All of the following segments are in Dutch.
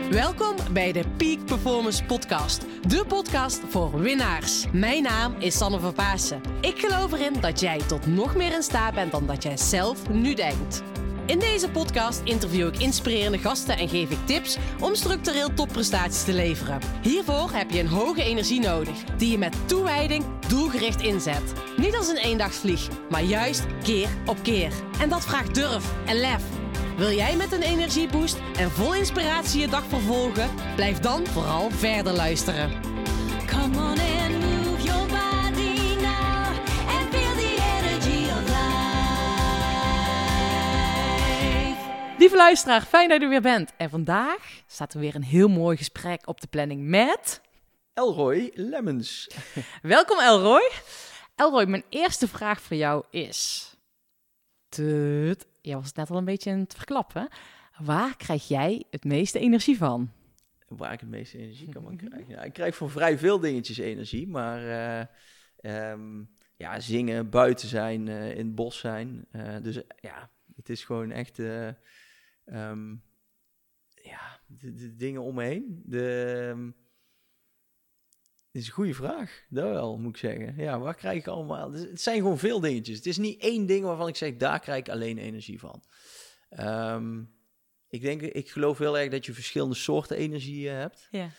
Welkom bij de Peak Performance Podcast. De podcast voor winnaars. Mijn naam is Sanne van Paassen. Ik geloof erin dat jij tot nog meer in staat bent dan dat jij zelf nu denkt. In deze podcast interview ik inspirerende gasten en geef ik tips om structureel topprestaties te leveren. Hiervoor heb je een hoge energie nodig, die je met toewijding doelgericht inzet. Niet als een eendagsvlieg, maar juist keer op keer. En dat vraagt durf en lef. Wil jij met een energieboost en vol inspiratie je dag vervolgen? Blijf dan vooral verder luisteren. Come on and move your body now and feel the energy of life. Lieve luisteraar, fijn dat je er weer bent. En vandaag staat er weer een heel mooi gesprek op de planning met... Elroy Lemmens. Welkom Elroy. Elroy, mijn eerste vraag voor jou is... Jij was het net al een beetje aan het verklappen. Waar krijg jij het meeste energie van? Waar ik het meeste energie kan krijgen? Ja, ik krijg van vrij veel dingetjes energie. Maar zingen, buiten zijn, in het bos zijn. Dus het is gewoon echt... de dingen om me heen. Het is een goede vraag, dat wel, moet ik zeggen. Ja, waar krijg ik allemaal... Het zijn gewoon veel dingetjes. Het is niet één ding waarvan ik zeg, daar krijg ik alleen energie van. Ik geloof heel erg dat je verschillende soorten energie hebt. Ja.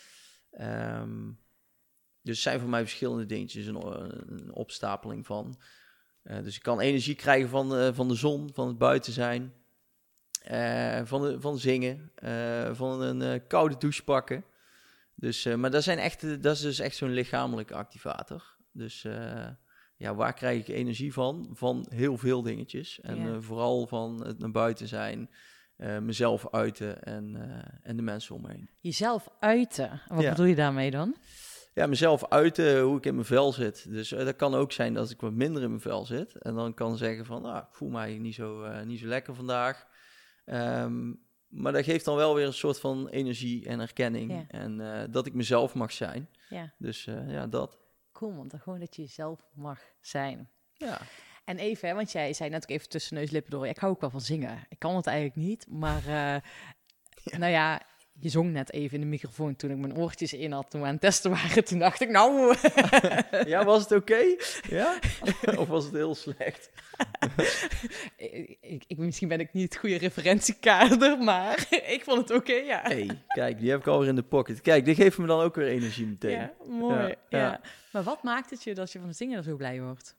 Dus het zijn voor mij verschillende dingetjes, een opstapeling van. Dus ik kan energie krijgen van de zon, van het buiten zijn, van zingen, van een koude douche pakken. Dus, maar dat is dus echt zo'n lichamelijke activator. Dus waar krijg ik energie van? Van heel veel dingetjes. En vooral van het naar buiten zijn, mezelf uiten en de mensen om me heen. Jezelf uiten? Wat bedoel je daarmee dan? Ja, mezelf uiten, hoe ik in mijn vel zit. Dus dat kan ook zijn dat ik wat minder in mijn vel zit. En dan kan zeggen van, ik voel mij niet zo lekker vandaag. Maar dat geeft dan wel weer een soort van energie en erkenning. Ja. En dat ik mezelf mag zijn. Ja. Dus dat. Cool, want dan gewoon dat je jezelf mag zijn. Ja. En even, want jij zei net ook even tussen neus lippen door. Ik hou ook wel van zingen. Ik kan het eigenlijk niet, maar je zong net even in de microfoon toen ik mijn oortjes in had. Toen we aan het testen waren, toen dacht ik nou... Ja, was het oké? Ja? Of was het heel slecht? Misschien ben ik niet het goede referentiekader, maar ik vond het oké, ja. Hey, kijk, die heb ik alweer in de pocket. Kijk, dit geeft me dan ook weer energie meteen. Ja, mooi. Ja. Maar wat maakt het je dat je van het zingen zo blij wordt?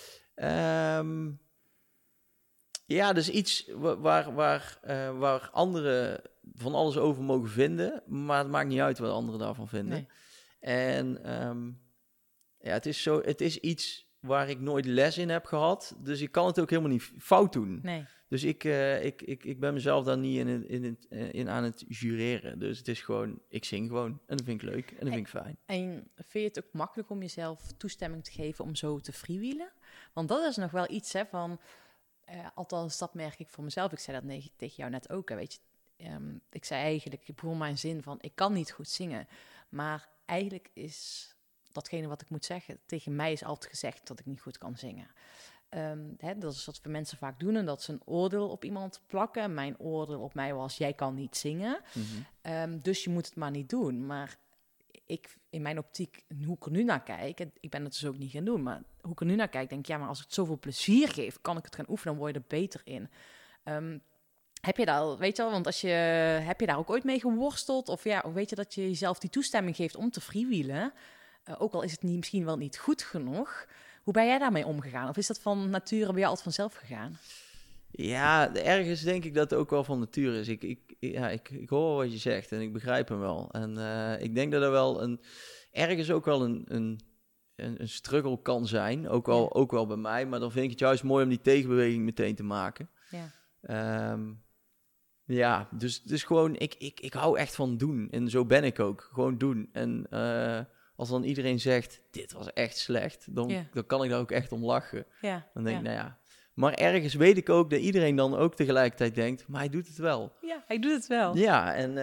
Dus iets waar anderen van alles over mogen vinden, maar het maakt niet uit wat anderen daarvan vinden. Nee. En het is iets waar ik nooit les in heb gehad, dus ik kan het ook helemaal niet fout doen. Nee. Dus ik ben mezelf daar niet in aan het jureren. Dus het is gewoon, ik zing gewoon en dat vind ik leuk en dat vind ik fijn. En vind je het ook makkelijk om jezelf toestemming te geven om zo te freewheelen? Want dat is nog wel iets, hè, van... althans, dat merk ik voor mezelf. Ik zei dat tegen jou net ook, hè, weet je. Ik zei eigenlijk, ik begon mijn zin van... ik kan niet goed zingen. Maar eigenlijk is datgene wat ik moet zeggen... tegen mij is altijd gezegd dat ik niet goed kan zingen. Dat is wat we mensen vaak doen... en dat ze een oordeel op iemand plakken. Mijn oordeel op mij was, jij kan niet zingen. Mm-hmm. Dus je moet het maar niet doen. Maar in mijn optiek, hoe ik er nu naar kijk... ik ben het dus ook niet gaan doen... maar hoe ik er nu naar kijk, denk ik... ja, maar als ik het zoveel plezier geef... kan ik het gaan oefenen, dan word je er beter in. Heb je daar, weet je wel, want heb je daar ook ooit mee geworsteld? Of weet je dat je jezelf die toestemming geeft om te freewheelen? Ook al is het misschien wel niet goed genoeg. Hoe ben jij daarmee omgegaan? Of is dat van nature bij jou altijd vanzelf gegaan? Ja, ergens denk ik dat het ook wel van nature is. Ik hoor wat je zegt en ik begrijp hem wel. En ik denk dat er wel ergens ook wel een struggle kan zijn. Ook wel bij mij. Maar dan vind ik het juist mooi om die tegenbeweging meteen te maken. Ja. Dus gewoon, ik hou echt van doen. En zo ben ik ook. Gewoon doen. En als dan iedereen zegt, dit was echt slecht, dan kan ik daar ook echt om lachen. Ja. Dan denk ik, Maar ergens weet ik ook dat iedereen dan ook tegelijkertijd denkt, maar hij doet het wel. Ja, hij doet het wel. Ja, en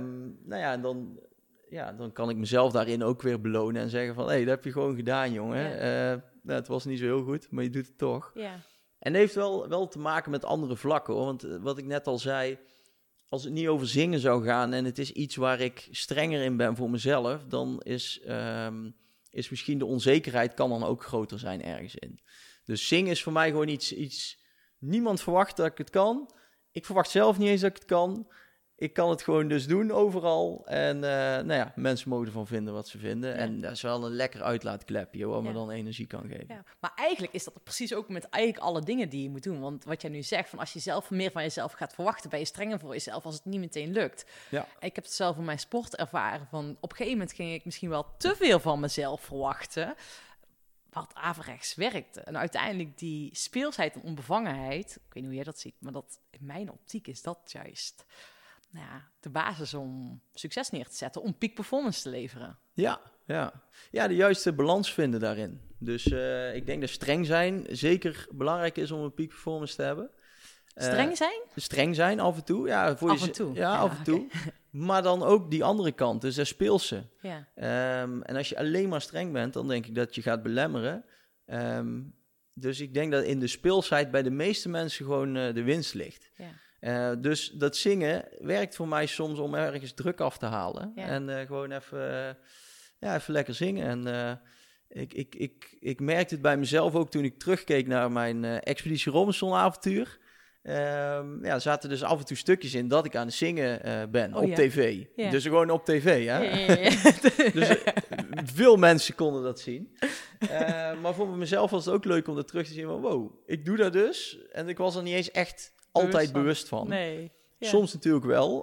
dan kan ik mezelf daarin ook weer belonen en zeggen van, dat heb je gewoon gedaan, jongen. Ja. Het was niet zo heel goed, maar je doet het toch. Ja. En dat heeft wel te maken met andere vlakken, hoor. Want wat ik net al zei, als het niet over zingen zou gaan en het is iets waar ik strenger in ben voor mezelf, dan is misschien de onzekerheid kan dan ook groter zijn ergens in. Dus zingen is voor mij gewoon iets. Niemand verwacht dat ik het kan. Ik verwacht zelf niet eens dat ik het kan. Ik kan het gewoon dus doen overal. En mensen mogen ervan vinden wat ze vinden. Ja. En dat is wel een lekker uitlaatklepje, waar me dan energie kan geven. Ja. Maar eigenlijk is dat precies ook met eigenlijk alle dingen die je moet doen. Want wat jij nu zegt, van als je zelf meer van jezelf gaat verwachten, ben je strenger voor jezelf als het niet meteen lukt. Ja. Ik heb het zelf in mijn sport ervaren. Van op een gegeven moment ging ik misschien wel te veel van mezelf verwachten, wat averechts werkte. En uiteindelijk die speelsheid en onbevangenheid, ik weet niet hoe jij dat ziet, maar dat in mijn optiek is dat juist de basis om succes neer te zetten, om peak performance te leveren. Ja, de juiste balans vinden daarin. Dus ik denk dat streng zijn zeker belangrijk is om een peak performance te hebben. Streng zijn? Streng zijn af en toe. Ja, af en toe. Ja, af en toe. Maar dan ook die andere kant, dus dat speelse. Ja. En als je alleen maar streng bent, dan denk ik dat je gaat belemmeren. Dus ik denk dat in de speelsheid bij de meeste mensen gewoon de winst ligt. Ja. Dus dat zingen werkt voor mij soms om ergens druk af te halen. Ja. En gewoon even lekker zingen. En ik merkte het bij mezelf ook toen ik terugkeek naar mijn Expeditie Robinson avontuur. Zaten dus af en toe stukjes in dat ik aan het zingen ben op tv. Ja. Dus gewoon op tv, hè? Ja. Dus veel mensen konden dat zien. Maar voor mezelf was het ook leuk om dat terug te zien van wow, ik doe dat dus. En ik was er niet eens echt altijd bewust van. Nee. Ja. Soms natuurlijk wel.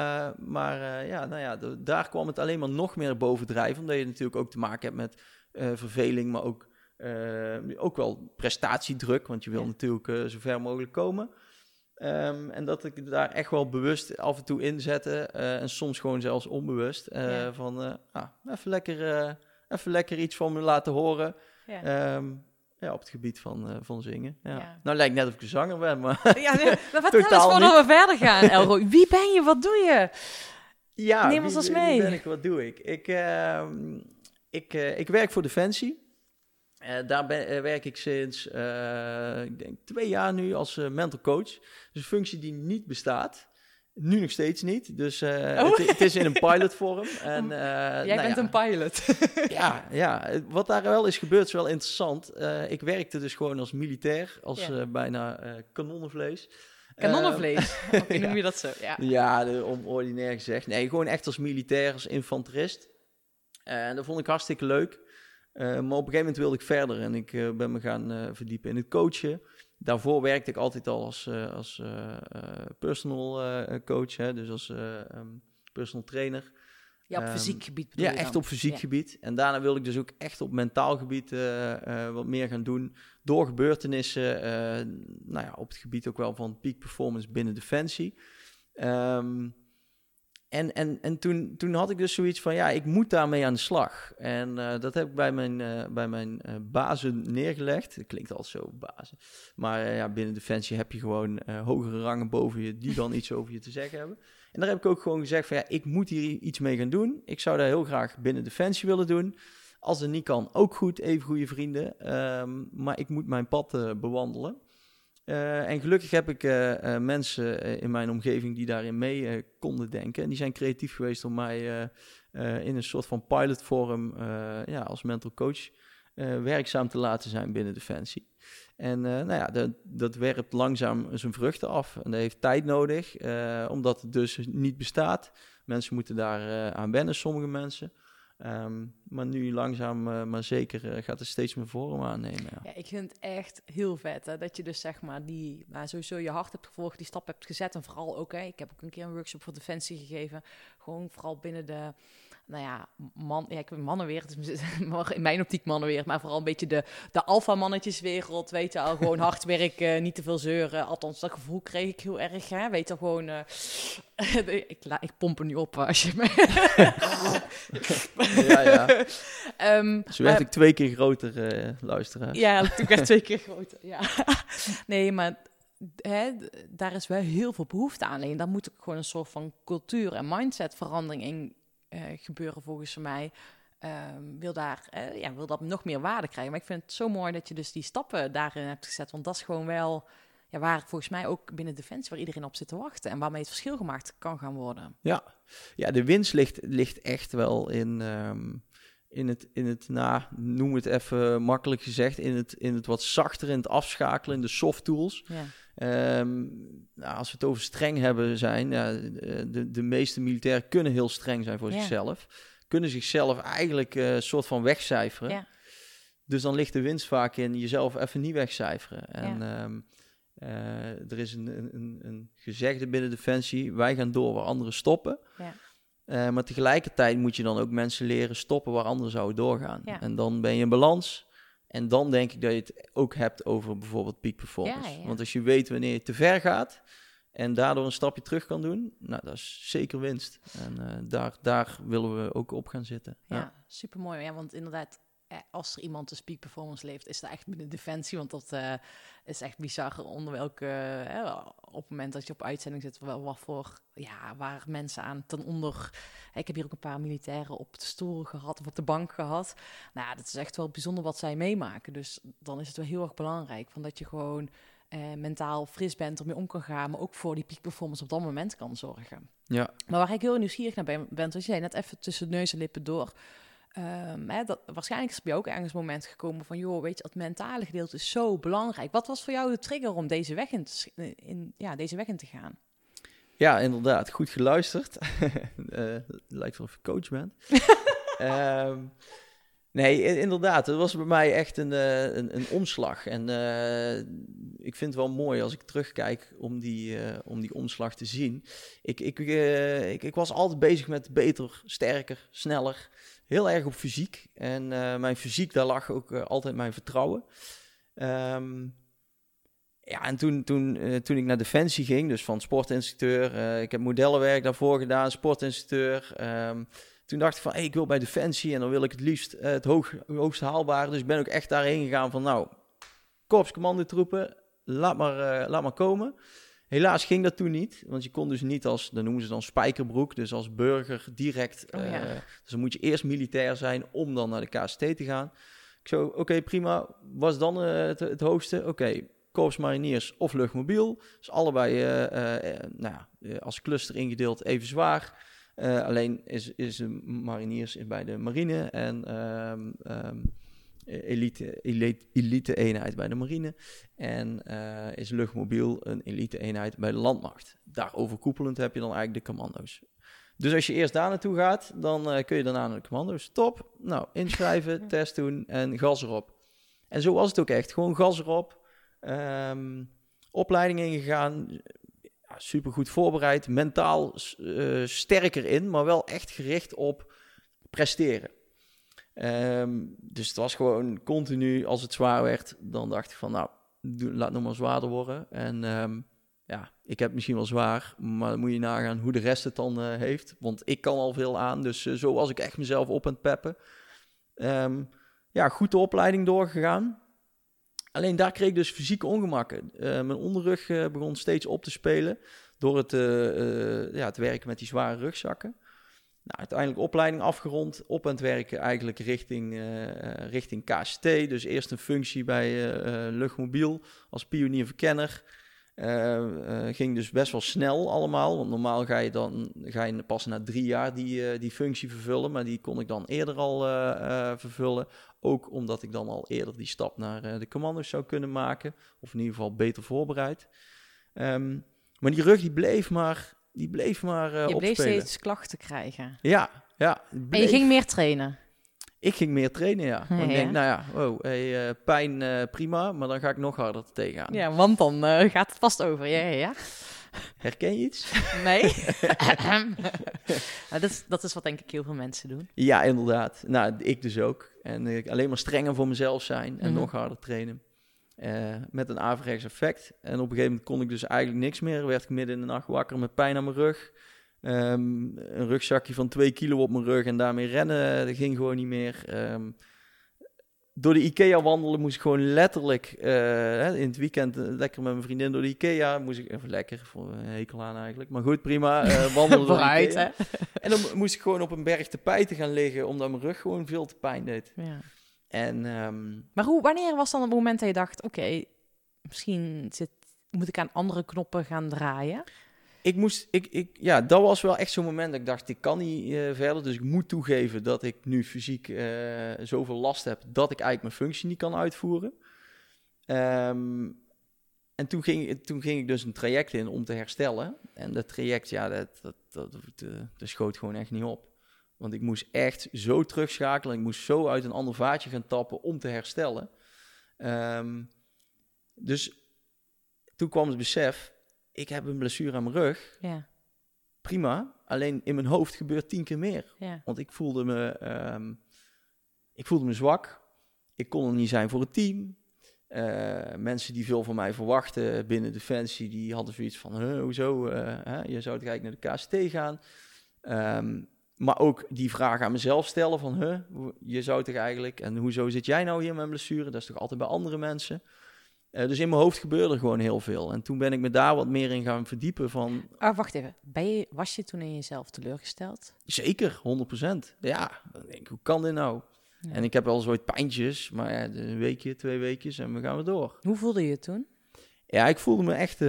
Daar kwam het alleen maar nog meer bovendrijven. Omdat je natuurlijk ook te maken hebt met verveling, maar ook wel prestatiedruk. Want je wil natuurlijk zo ver mogelijk komen. En dat ik daar echt wel bewust af en toe inzette. En soms gewoon zelfs onbewust. Even lekker iets van me laten horen. Ja. Op het gebied van zingen. Ja. Ja. Nou, lijkt net of ik een zanger ben, maar vertel eens voordat we verder gaan, Elro. Wie ben je? Wat doe je? Ja, neem ons eens mee. Wie ben ik? Wat doe ik? Ik werk voor Defensie. Daar werk ik sinds, ik denk 2 jaar nu als mental coach. Dus een functie die niet bestaat. Nu nog steeds niet. Dus het is in een pilotvorm. En, jij bent een pilot. ja, wat daar wel is gebeurd is wel interessant. Ik werkte dus gewoon als militair. Als bijna kanonnenvlees. Kanonnenvlees? Hoe noem je dat zo? Ja, om ordinair gezegd. Nee, gewoon echt als militair, als infanterist. En dat vond ik hartstikke leuk. Maar op een gegeven moment wilde ik verder. En ik ben me gaan verdiepen in het coachen. Daarvoor werkte ik altijd al als personal coach, hè, dus als personal trainer. Ja, op fysiek gebied bedoel je dan? Echt op fysiek gebied. En daarna wilde ik dus ook echt op mentaal gebied wat meer gaan doen. Door gebeurtenissen, op het gebied ook wel van peak performance binnen Defensie. En toen had ik dus zoiets van, ik moet daarmee aan de slag. En dat heb ik bij mijn bazen neergelegd. Dat klinkt al zo, bazen. Maar binnen Defensie heb je gewoon hogere rangen boven je, die dan iets over je te zeggen hebben. En daar heb ik ook gewoon gezegd van, ik moet hier iets mee gaan doen. Ik zou dat heel graag binnen Defensie willen doen. Als het niet kan, ook goed, even goede vrienden. Maar ik moet mijn pad bewandelen. En gelukkig heb ik mensen in mijn omgeving die daarin mee konden denken. En die zijn creatief geweest om mij in een soort van pilotvorm als mental coach werkzaam te laten zijn binnen Defensie. En dat werpt langzaam zijn vruchten af. En dat heeft tijd nodig, omdat het dus niet bestaat. Mensen moeten daar aan wennen, sommige mensen. Maar nu langzaam, maar zeker gaat het steeds meer vorm aannemen. Ja, ik vind het echt heel vet hè, dat je dus zeg maar sowieso je hart hebt gevolgd, die stap hebt gezet. En vooral ook, ik heb ook een keer een workshop voor Defensie gegeven. Gewoon vooral binnen de, ik ben mannenwereld, in mijn optiek mannenwereld, maar vooral een beetje de alpha-mannetjeswereld, weet je al, gewoon hard werken, niet te veel zeuren. Althans, dat gevoel kreeg ik heel erg, hè, weet je gewoon, ik pomp er nu op als je me... ja. Zo werd ik 2 keer groter, luisteraars. Ja, toen werd 2 keer groter, ja. Nee, maar daar is wel heel veel behoefte aan. En daar moet ook gewoon een soort van cultuur- en mindsetverandering in gebeuren volgens mij. Wil dat nog meer waarde krijgen. Maar ik vind het zo mooi dat je dus die stappen daarin hebt gezet. Want dat is gewoon wel waar volgens mij ook binnen Defensie, waar iedereen op zit te wachten en waarmee het verschil gemaakt kan gaan worden. Ja, de winst ligt echt wel in het noem het even makkelijk gezegd, in het wat zachter, in het afschakelen, in de soft tools. Ja. Als we het over streng zijn, de meeste militairen kunnen heel streng zijn voor zichzelf. Kunnen zichzelf eigenlijk een soort van wegcijferen. Ja. Dus dan ligt de winst vaak in jezelf even niet wegcijferen. En er is een gezegde binnen Defensie, wij gaan door waar anderen stoppen. Ja. Maar tegelijkertijd moet je dan ook mensen leren stoppen waar anderen zouden doorgaan. Ja. En dan ben je in balans. En dan denk ik dat je het ook hebt over bijvoorbeeld peak performance. Ja. Want als je weet wanneer je te ver gaat en daardoor een stapje terug kan doen, nou, dat is zeker winst. En daar willen we ook op gaan zitten. Ja, supermooi. Ja, want inderdaad, als er iemand dus peak performance leeft, is dat echt binnen Defensie. Want dat is echt bizar onder welke... op het moment dat je op uitzending zit, wat voor... Ja, waar mensen aan ten onder... Ik heb hier ook een paar militairen op de stoel gehad of op de bank gehad. Nou ja, dat is echt wel bijzonder wat zij meemaken. Dus dan is het wel heel erg belangrijk. Van dat je gewoon mentaal fris bent, ermee om kan gaan, maar ook voor die peak performance op dat moment kan zorgen. Ja. Maar waar ik heel nieuwsgierig naar ben, want je zei net even tussen neus en lippen door... waarschijnlijk is er bij jou ook ergens een moment gekomen van... joh, weet je, het mentale gedeelte is zo belangrijk. Wat was voor jou de trigger om deze weg in te gaan? Ja, inderdaad. Goed geluisterd. Lijkt wel of je coach bent. Nee, inderdaad. Het was bij mij echt een omslag. En ik vind het wel mooi als ik terugkijk om die omslag te zien. Ik was altijd bezig met beter, sterker, sneller. Heel erg op fysiek. En mijn fysiek, daar lag ook altijd mijn vertrouwen. En toen ik naar Defensie ging, dus van sportinstructeur... ik heb modellenwerk daarvoor gedaan, sportinstructeur... Toen dacht ik van, ik wil bij Defensie en dan wil ik het liefst het hoogste haalbare. Dus ik ben ook echt daarheen gegaan van, nou, korpscommandotroepen, laat maar komen. Helaas ging dat toen niet, want je kon dus niet als, dat noemen ze dan spijkerbroek, dus als burger direct. Dus dan moet je eerst militair zijn om dan naar de KST te gaan. Ik zo, oké, prima. Was dan het hoogste? Oké, korpsmariniers of luchtmobiel. Dus allebei als cluster ingedeeld even zwaar. Alleen is de mariniers bij de marine en elite eenheid bij de marine. En is luchtmobiel een elite eenheid bij de landmacht. Daar overkoepelend heb je dan eigenlijk de commando's. Dus als je eerst daar naartoe gaat, dan kun je daarna naar de commando's. Top, nou, inschrijven, test doen en gas erop. En zo was het ook echt, gewoon gas erop. Opleiding ingegaan. Super goed voorbereid, mentaal sterker in, maar wel echt gericht op presteren. Dus het was gewoon continu, als het zwaar werd, dan dacht ik van, nou, laat nog maar zwaarder worden. En ik heb misschien wel zwaar, maar dan moet je nagaan hoe de rest het dan heeft. Want ik kan al veel aan, dus zo was ik echt mezelf op aan het peppen. Goed de opleiding doorgegaan. Alleen daar kreeg ik dus fysieke ongemakken. Mijn onderrug begon steeds op te spelen door het werken met die zware rugzakken. Nou, uiteindelijk opleiding afgerond, op aan het werken eigenlijk richting KST. Dus eerst een functie bij luchtmobiel als pionierverkenner. Ging dus best wel snel allemaal, want normaal ga je pas na 3 jaar die functie vervullen. Maar die kon ik dan eerder al vervullen. Ook omdat ik dan al eerder die stap naar de commando's zou kunnen maken. Of in ieder geval beter voorbereid. Maar die rug die bleef maar je bleef steeds klachten krijgen. Ja. En je ging meer trainen? Ik ging meer trainen, ja. Want ik denk, pijn prima, maar dan ga ik nog harder tegenaan. Ja, want dan gaat het vast over. Ja. Herken je iets? Nee. Dat is wat denk ik heel veel mensen doen. Ja, inderdaad. Nou, ik dus ook. En alleen maar strenger voor mezelf zijn en nog harder trainen. Met een averechts effect. En op een gegeven moment kon ik dus eigenlijk niks meer. Werd ik midden in de nacht wakker met pijn aan mijn rug. Een rugzakje van 2 kilo op mijn rug en daarmee rennen, dat ging gewoon niet meer. Door de IKEA wandelen moest ik gewoon letterlijk in het weekend lekker met mijn vriendin door de IKEA. Moest ik even lekker, voor een hekel aan eigenlijk. Maar goed, prima. Wandelen door de IKEA. Hè? En dan moest ik gewoon op een berg tapijten gaan liggen, omdat mijn rug gewoon veel te pijn deed. Ja. En, maar wanneer was dan het moment dat je dacht, oké, misschien moet ik aan andere knoppen gaan draaien? Dat was wel echt zo'n moment dat ik dacht, ik kan niet verder. Dus ik moet toegeven dat ik nu fysiek zoveel last heb dat ik eigenlijk mijn functie niet kan uitvoeren. En toen ging ik dus een traject in om te herstellen. En dat traject, dat schoot gewoon echt niet op. Want ik moest echt zo terugschakelen. Ik moest zo uit een ander vaatje gaan tappen om te herstellen. Dus toen kwam het besef, ik heb een blessure aan mijn rug. Ja. Prima, alleen in mijn hoofd gebeurt 10 keer meer. Ja. Want ik voelde me zwak. Ik kon er niet zijn voor het team. Mensen die veel van mij verwachten binnen Defensie, die hadden zoiets van, hoezo? Je zou toch eigenlijk naar de KCT gaan? Maar ook die vraag aan mezelf stellen van, je zou toch eigenlijk... En hoezo zit jij nou hier met een blessure? Dat is toch altijd bij andere mensen? Dus in mijn hoofd gebeurde gewoon heel veel. En toen ben ik me daar wat meer in gaan verdiepen van... Wacht even. Was je toen in jezelf teleurgesteld? Zeker, 100%. Ja, dan denk ik, hoe kan dit nou? Ja. En ik heb wel eens ooit pijntjes, maar een weekje, 2 weekjes en we gaan weer door. Hoe voelde je het toen? Ja, ik voelde me echt...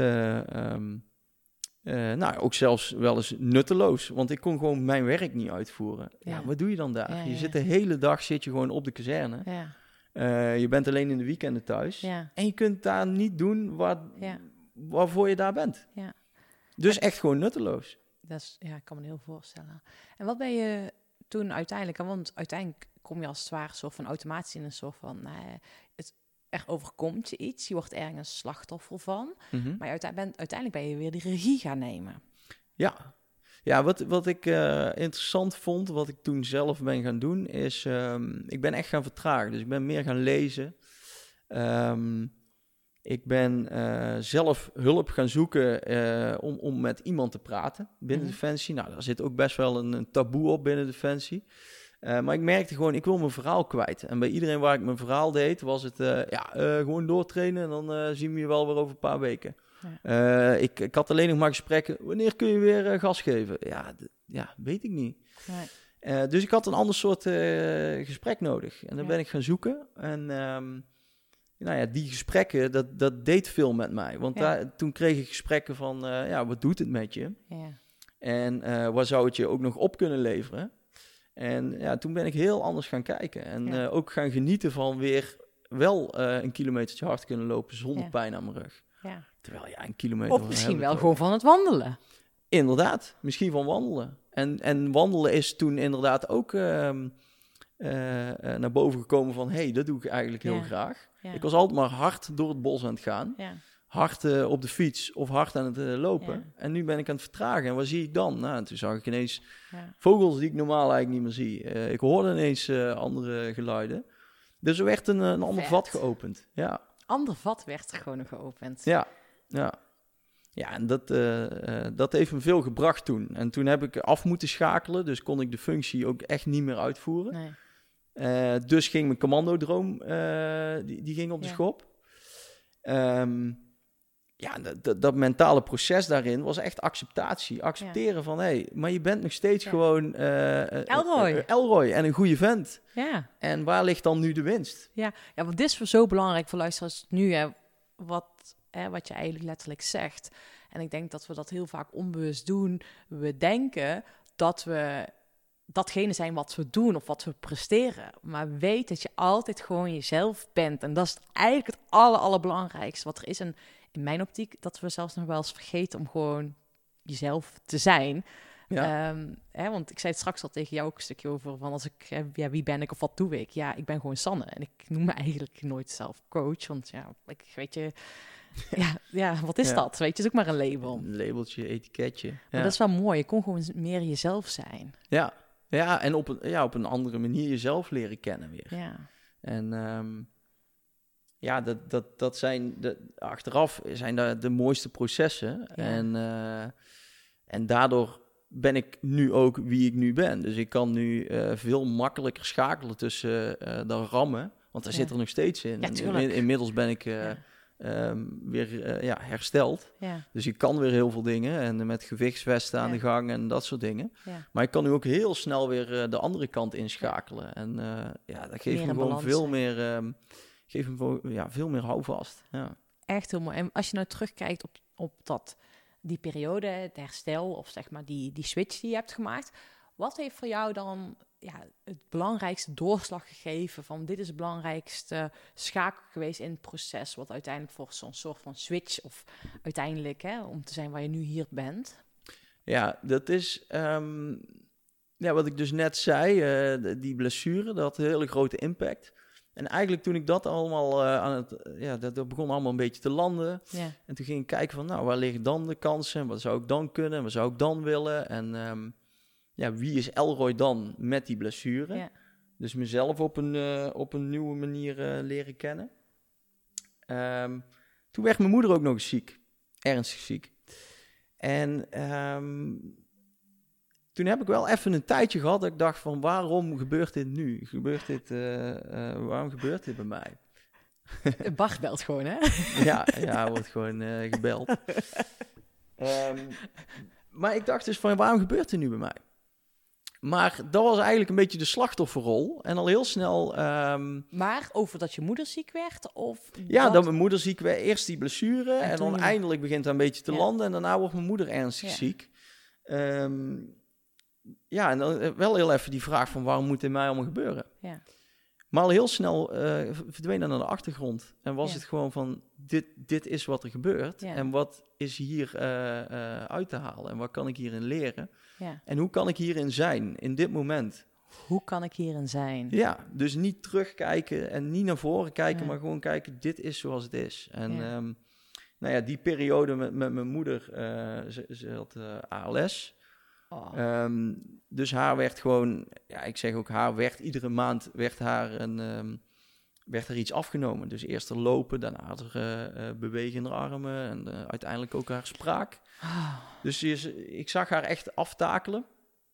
ook zelfs wel eens nutteloos. Want ik kon gewoon mijn werk niet uitvoeren. Ja, wat doe je dan daar? Ja, je zit de hele dag zit je gewoon op de kazerne. Ja. Je bent alleen in de weekenden thuis. Ja. En je kunt daar niet doen waarvoor je daar bent. Ja. Dus echt gewoon nutteloos. Ik kan me heel voorstellen. En wat ben je toen uiteindelijk... Want uiteindelijk kom je als het ware soort van automatisch in een soort van... er overkomt je iets. Je wordt ergens slachtoffer van. Mm-hmm. Maar uiteindelijk ben je weer die regie gaan nemen. Ja, wat ik interessant vond, wat ik toen zelf ben gaan doen, is... ik ben echt gaan vertragen. Dus ik ben meer gaan lezen. Ik ben zelf hulp gaan zoeken om met iemand te praten binnen Defensie. Nou, daar zit ook best wel een taboe op binnen Defensie. Maar ik merkte gewoon, ik wil mijn verhaal kwijt. En bij iedereen waar ik mijn verhaal deed, was het gewoon doortrainen en dan zien we je wel weer over een paar weken. Ja. Ik had alleen nog maar gesprekken, wanneer kun je weer gas geven? Ja, weet ik niet. Nee. Dus ik had een ander soort gesprek nodig. En dan ben ik gaan zoeken. En die gesprekken, dat deed veel met mij. Want toen kreeg ik gesprekken van, wat doet het met je? Ja. En waar zou het je ook nog op kunnen leveren? En toen ben ik heel anders gaan kijken. En ook gaan genieten van weer wel een kilometertje hard kunnen lopen zonder pijn aan mijn rug. Ja. Terwijl een kilometer... Of misschien wel gewoon van het wandelen. Inderdaad, misschien van wandelen. En wandelen is toen inderdaad ook naar boven gekomen van... dat doe ik eigenlijk heel graag. Ja. Ik was altijd maar hard door het bos aan het gaan. Ja. Hard op de fiets of hard aan het lopen. Ja. En nu ben ik aan het vertragen. En wat zie ik dan? Nou, toen zag ik ineens vogels die ik normaal eigenlijk niet meer zie. Ik hoorde ineens andere geluiden. Dus er werd een ander vat geopend. Ja. Ander vat werd gewoon geopend. Ja. En dat heeft me veel gebracht toen. En toen heb ik af moeten schakelen. Dus kon ik de functie ook echt niet meer uitvoeren. Nee. Dus ging mijn commandodroom, die ging op de schop. Dat mentale proces daarin was echt acceptatie. Accepteren van, maar je bent nog steeds gewoon... Elroy en een goede vent. Ja. En waar ligt dan nu de winst? Ja, want dit is zo belangrijk voor luisteraars nu, wat je eigenlijk letterlijk zegt. En ik denk dat we dat heel vaak onbewust doen. We denken dat we datgene zijn wat we doen of wat we presteren. Maar weet dat je altijd gewoon jezelf bent. En dat is eigenlijk het allerbelangrijkste wat er is. En in mijn optiek dat we zelfs nog wel eens vergeten om gewoon jezelf te zijn. Ja. Want ik zei het straks al tegen jou ook een stukje over van als ik, wie ben ik of wat doe ik? Ja, ik ben gewoon Sanne. En ik noem me eigenlijk nooit zelf coach, want ik weet je... wat is dat? Weet je, is ook maar een label. Een labeltje, etiketje. Maar dat is wel mooi. Je kon gewoon meer jezelf zijn. Ja, en op een andere manier jezelf leren kennen weer. Ja. En dat zijn achteraf zijn de mooiste processen. Ja. En daardoor ben ik nu ook wie ik nu ben. Dus ik kan nu veel makkelijker schakelen tussen de rammen. Want daar zit er nog steeds in. Ja, inmiddels ben ik... weer hersteld. Ja. Dus ik kan weer heel veel dingen. En met gewichtsvesten aan de gang en dat soort dingen. Ja. Maar ik kan nu ook heel snel weer de andere kant inschakelen. En dat geeft me gewoon veel meer... veel meer houvast. Ja. echt heel mooi. En als je nou terugkijkt op die periode, het herstel of zeg maar die switch die je hebt gemaakt. Wat heeft voor jou dan het belangrijkste doorslag gegeven van dit is het belangrijkste schakel geweest in het proces, wat uiteindelijk voor zo'n soort van switch of uiteindelijk om te zijn waar je nu hier bent? Ja, dat is wat ik dus net zei, die blessure, dat had een hele grote impact. En eigenlijk toen ik dat allemaal dat begon allemaal een beetje te landen. Ja. En toen ging ik kijken van, nou, waar liggen dan de kansen? En wat zou ik dan kunnen? En wat zou ik dan willen? En wie is Elroy dan met die blessure? Ja. Dus mezelf op een nieuwe manier leren kennen. Toen werd mijn moeder ook nog eens ziek. Ernstig ziek. En toen heb ik wel even een tijdje gehad dat ik dacht van, waarom gebeurt dit nu? Waarom gebeurt dit bij mij? Bart belt gewoon, hè? Ja, wordt gewoon gebeld. Maar ik dacht dus van, waarom gebeurt dit nu bij mij? Maar dat was eigenlijk een beetje de slachtofferrol. En al heel snel... Maar over dat je moeder ziek werd? Of dat mijn moeder ziek werd. Eerst die blessure. En dan eindelijk begint het een beetje te landen. En daarna wordt mijn moeder ernstig ziek. En dan wel heel even die vraag van, waarom moet dit mij allemaal gebeuren? Ja. Maar al heel snel verdween dat naar de achtergrond. En was het gewoon van, dit is wat er gebeurt. Ja. En wat is hier uit te halen? En wat kan ik hierin leren? Ja. En hoe kan ik hierin zijn, in dit moment? Hoe kan ik hierin zijn? Ja, dus niet terugkijken en niet naar voren kijken, maar gewoon kijken, dit is zoals het is. En die periode met mijn moeder, ze had ALS. Oh. Dus haar werd gewoon, ik zeg ook haar, iedere maand werd er iets afgenomen. Dus eerst er lopen, daarna er bewegen in haar armen en uiteindelijk ook haar spraak. Oh. Dus ik zag haar echt aftakelen.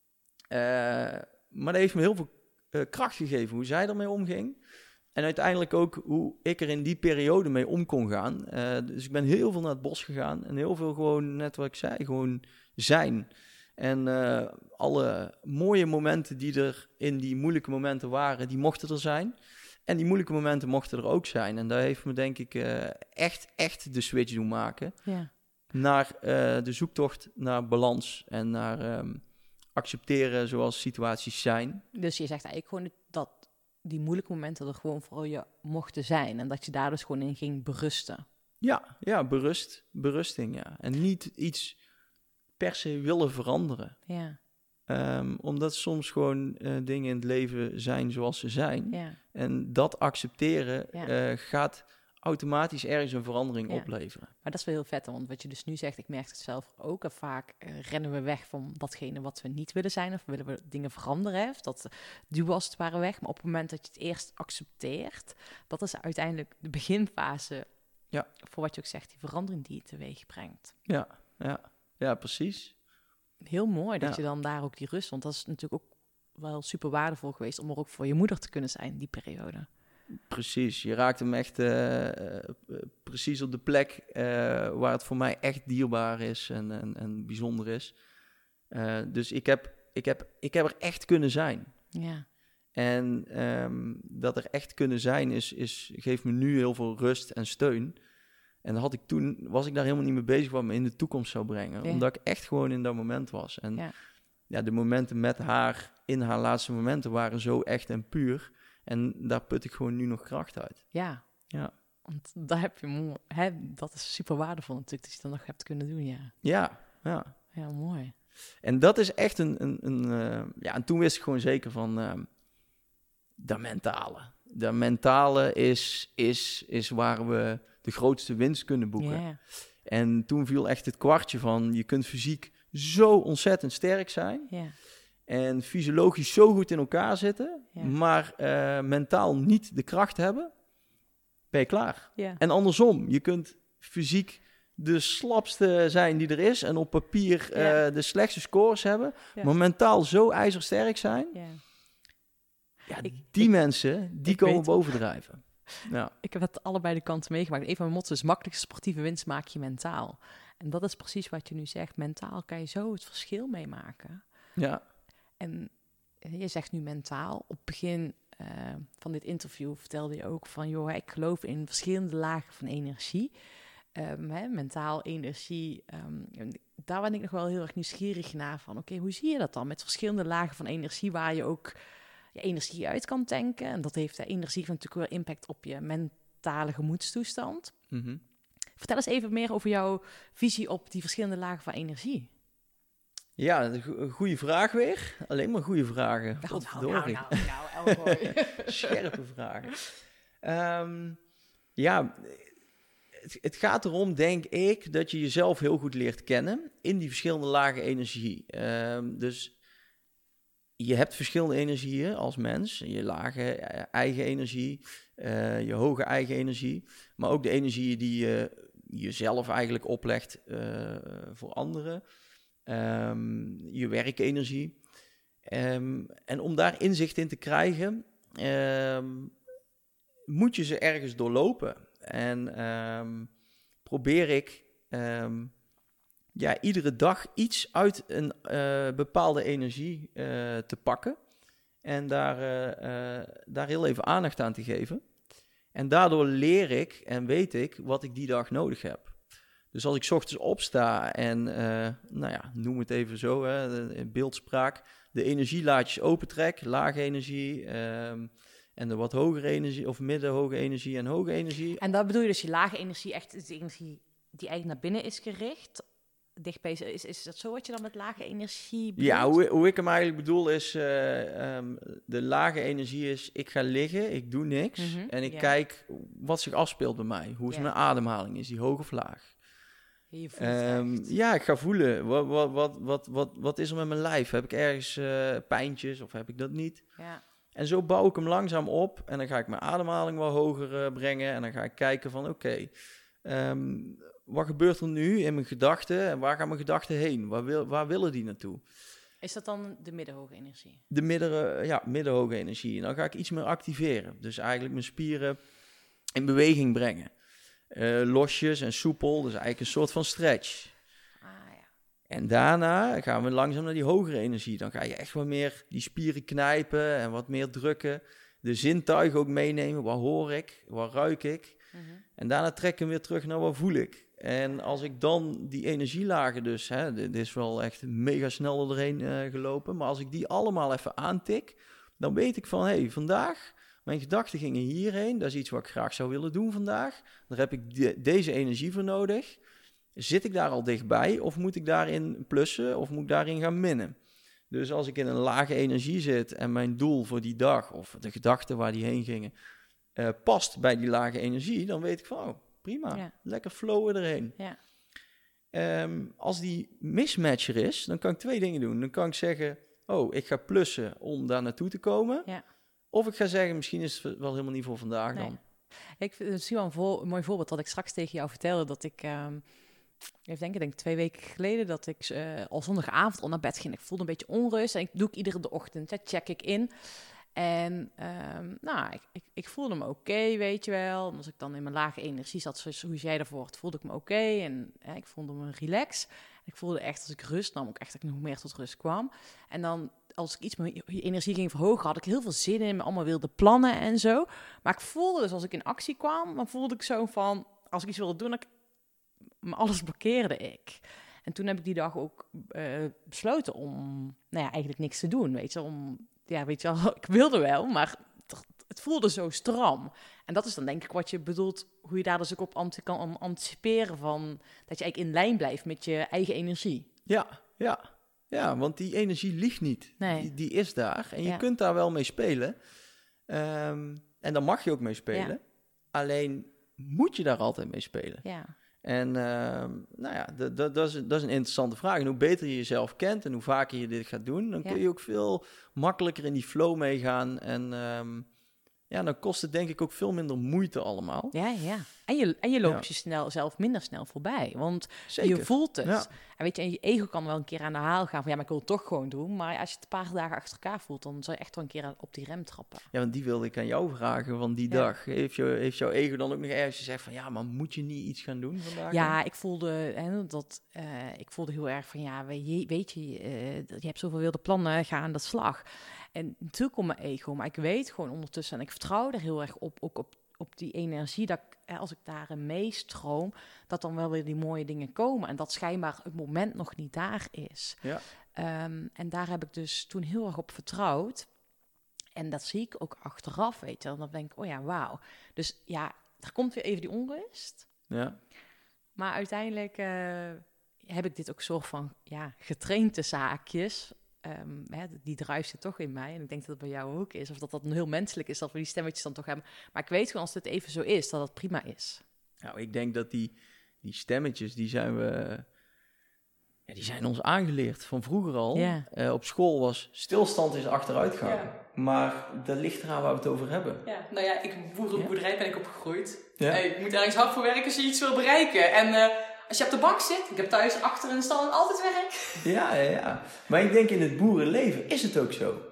Maar dat heeft me heel veel kracht gegeven, hoe zij ermee omging. En uiteindelijk ook hoe ik er in die periode mee om kon gaan. Dus ik ben heel veel naar het bos gegaan en heel veel gewoon, net wat ik zei, gewoon zijn. En alle mooie momenten die er in die moeilijke momenten waren, die mochten er zijn. En die moeilijke momenten mochten er ook zijn. En dat heeft me denk ik echt de switch doen maken. Ja. Naar de zoektocht naar balans en naar accepteren zoals situaties zijn. Dus je zegt eigenlijk gewoon dat die moeilijke momenten er gewoon voor je mochten zijn. En dat je daar dus gewoon in ging berusten. Ja, berusting, ja. En niet iets per se willen veranderen. Ja. Omdat soms gewoon dingen in het leven zijn zoals ze zijn. Ja. En dat accepteren gaat automatisch ergens een verandering opleveren. Maar dat is wel heel vet, want wat je dus nu zegt, ik merk het zelf ook. En vaak rennen we weg van datgene wat we niet willen zijn. Of willen we dingen veranderen. Of dat duwen als het ware weg. Maar op het moment dat je het eerst accepteert, dat is uiteindelijk de beginfase. Ja. Voor wat je ook zegt, die verandering die je teweeg brengt. Ja, precies. Heel mooi dat je dan daar ook die rust... Want dat is natuurlijk ook wel super waardevol geweest... om er ook voor je moeder te kunnen zijn, die periode. Precies. Je raakt hem echt precies op de plek... waar het voor mij echt dierbaar is en bijzonder is. Dus ik heb er echt kunnen zijn. Ja. En dat er echt kunnen zijn geeft me nu heel veel rust en steun... En was ik daar helemaal niet mee bezig wat me in de toekomst zou brengen. Ja. Omdat ik echt gewoon in dat moment was. En de momenten met haar, in haar laatste momenten, waren zo echt en puur. En daar put ik gewoon nu nog kracht uit. Ja. Want daar heb je dat is super waardevol natuurlijk, dat je dat nog hebt kunnen doen, Ja. Ja, mooi. En dat is echt en toen wist ik gewoon zeker van dat mentale. Dat mentale is waar we de grootste winst kunnen boeken. Yeah. En toen viel echt het kwartje van... je kunt fysiek zo ontzettend sterk zijn... Yeah. En fysiologisch zo goed in elkaar zitten... Yeah. Maar mentaal niet de kracht hebben... ben je klaar. Yeah. En andersom, je kunt fysiek de slapste zijn die er is... en op papier de slechtste scores hebben... maar mentaal zo ijzersterk zijn... mensen, die komen bovendrijven. Ja. Ik heb het allebei de kanten meegemaakt. Een van mijn motto's is makkelijkste sportieve winst maak je mentaal. En dat is precies wat je nu zegt. Mentaal kan je zo het verschil meemaken. Ja. En je zegt nu mentaal. Op het begin van dit interview vertelde je ook van... joh, ik geloof in verschillende lagen van energie. mentaal, energie. Daar ben ik nog wel heel erg nieuwsgierig naar van. Oké, hoe zie je dat dan? Met verschillende lagen van energie waar je ook je energie uit kan tanken. En dat heeft energie natuurlijk wel impact op je mentale gemoedstoestand. Mm-hmm. Vertel eens even meer over jouw visie op die verschillende lagen van energie. Ja, een goede vraag weer. Alleen maar goede vragen. Nou, Elroy. Scherpe vragen. Het gaat erom, denk ik, dat je jezelf heel goed leert kennen in die verschillende lagen energie. Dus je hebt verschillende energieën als mens. Je lage eigen energie, je hoge eigen energie. Maar ook de energieën die je jezelf eigenlijk oplegt voor anderen. Je werkenergie. En om daar inzicht in te krijgen, moet je ze ergens doorlopen. En probeer ik iedere dag iets uit een bepaalde energie te pakken. En daar heel even aandacht aan te geven. En daardoor leer ik en weet ik wat ik die dag nodig heb. Dus als ik 's ochtends opsta en, noem het even zo, in beeldspraak, de energielaadjes opentrek, lage energie en de wat hogere energie, of middenhoge energie en hoge energie. En dat bedoel je dus je lage energie, echt de energie die eigenlijk naar binnen is gericht, dichtbij, is dat zo wat je dan met lage energie bedoelt? Ja, hoe ik hem eigenlijk bedoel is, de lage energie is, ik ga liggen, ik doe niks en ik kijk wat zich afspeelt bij mij. Hoe is mijn ademhaling? Is die hoog of laag? Je voelt ik ga voelen. Wat is er met mijn lijf? Heb ik ergens pijntjes of heb ik dat niet? Ja. En zo bouw ik hem langzaam op. En dan ga ik mijn ademhaling wel hoger brengen. En dan ga ik kijken van oké, wat gebeurt er nu in mijn gedachten? En waar gaan mijn gedachten heen? Waar willen die naartoe? Is dat dan de middenhoge energie? De middenhoge energie. En dan ga ik iets meer activeren. Dus eigenlijk mijn spieren in beweging brengen. Losjes en soepel, dus eigenlijk een soort van stretch. En daarna gaan we langzaam naar die hogere energie. Dan ga je echt wat meer die spieren knijpen en wat meer drukken. De zintuigen ook meenemen. Wat hoor ik? Wat ruik ik? En daarna trekken we weer terug naar wat voel ik. En als ik dan die energielagen dus, dit is wel echt mega snel doorheen gelopen. Maar als ik die allemaal even aantik, dan weet ik van, vandaag, mijn gedachten gingen hierheen. Dat is iets wat ik graag zou willen doen vandaag. Daar heb ik deze energie voor nodig. Zit ik daar al dichtbij of moet ik daarin plussen of moet ik daarin gaan minnen? Dus als ik in een lage energie zit en mijn doel voor die dag of de gedachten waar die heen gingen past bij die lage energie, dan weet ik van prima, lekker flowen erheen. Ja. Als die mismatcher is, dan kan ik 2 dingen doen. Dan kan ik zeggen, ik ga plussen om daar naartoe te komen. Ja. Of ik ga zeggen, misschien is het wel helemaal niet voor vandaag dan. Ik vind het wel een mooi voorbeeld dat ik straks tegen jou vertelde dat ik... Ik denk 2 weken geleden dat ik al zondagavond al naar bed ging. Ik voelde een beetje onrust en ik doe ik iedere ochtend. Check ik in. En ik voelde me oké, weet je wel. En als ik dan in mijn lage energie zat, zoals hoe jij daarvoor, voelde ik me oké. En ik voelde me relax. Ik voelde echt, als ik rust nam, ook echt dat ik nog meer tot rust kwam. En dan, als ik iets mijn energie ging verhogen, had ik heel veel zin in, me allemaal wilde plannen en zo. Maar ik voelde dus, als ik in actie kwam, dan voelde ik zo van, als ik iets wilde doen, maar alles blokkeerde ik. En toen heb ik die dag ook besloten om, eigenlijk niks te doen, weet je. Ik wilde wel, maar het voelde zo stram. En dat is dan denk ik wat je bedoelt, hoe je daar dus ook op kan anticiperen van, dat je eigenlijk in lijn blijft met je eigen energie. Ja, want die energie liegt niet. Nee. Die is daar en je kunt daar wel mee spelen. En daar mag je ook mee spelen. Ja. Alleen moet je daar altijd mee spelen. Ja. En dat is een interessante vraag. En hoe beter je jezelf kent en hoe vaker je dit gaat doen, dan kun je ook veel makkelijker in die flow meegaan. En dan kost het denk ik ook veel minder moeite allemaal. Ja. En je loopt zelf minder snel voorbij. Want je voelt het. Ja. En weet je, en je ego kan wel een keer aan de haal gaan van, maar ik wil het toch gewoon doen. Maar als je het een paar dagen achter elkaar voelt, dan zou je echt wel een keer op die rem trappen. Ja, want die wilde ik aan jou vragen van die dag. Heeft jouw ego dan ook nog ergens gezegd van, maar moet je niet iets gaan doen vandaag? Ja, ik voelde ik voelde heel erg van, weet je, je hebt zoveel wilde plannen, ga aan de slag. En natuurlijk komt mijn ego, maar ik weet gewoon ondertussen, en ik vertrouw er heel erg op, ook op die energie, dat als ik daarin meestroom, dat dan wel weer die mooie dingen komen. En dat schijnbaar het moment nog niet daar is. Ja. En daar heb ik dus toen heel erg op vertrouwd. En dat zie ik ook achteraf, weet je. En dan denk ik, oh ja, wauw. Dus ja, er komt weer even die onrust. Ja. Maar uiteindelijk heb ik dit ook soort van getraind de zaakjes. Die drive zit toch in mij. En ik denk dat het bij jou ook is. Of dat heel menselijk is, dat we die stemmetjes dan toch hebben. Maar ik weet gewoon, als het even zo is, dat het prima is. Nou, ik denk dat die stemmetjes, die zijn ons aangeleerd van vroeger al. Ja. Op school was stilstand is achteruitgang. Ja. Maar dat ligt eraan waar we het over hebben. Ja. Nou ja, boerderij ben ik opgegroeid. Ja. Ik moet ergens hard voor werken als je iets wil bereiken. En als je op de bank zit, ik heb thuis achter in de stal altijd werk. Ja. Maar ik denk in het boerenleven is het ook zo.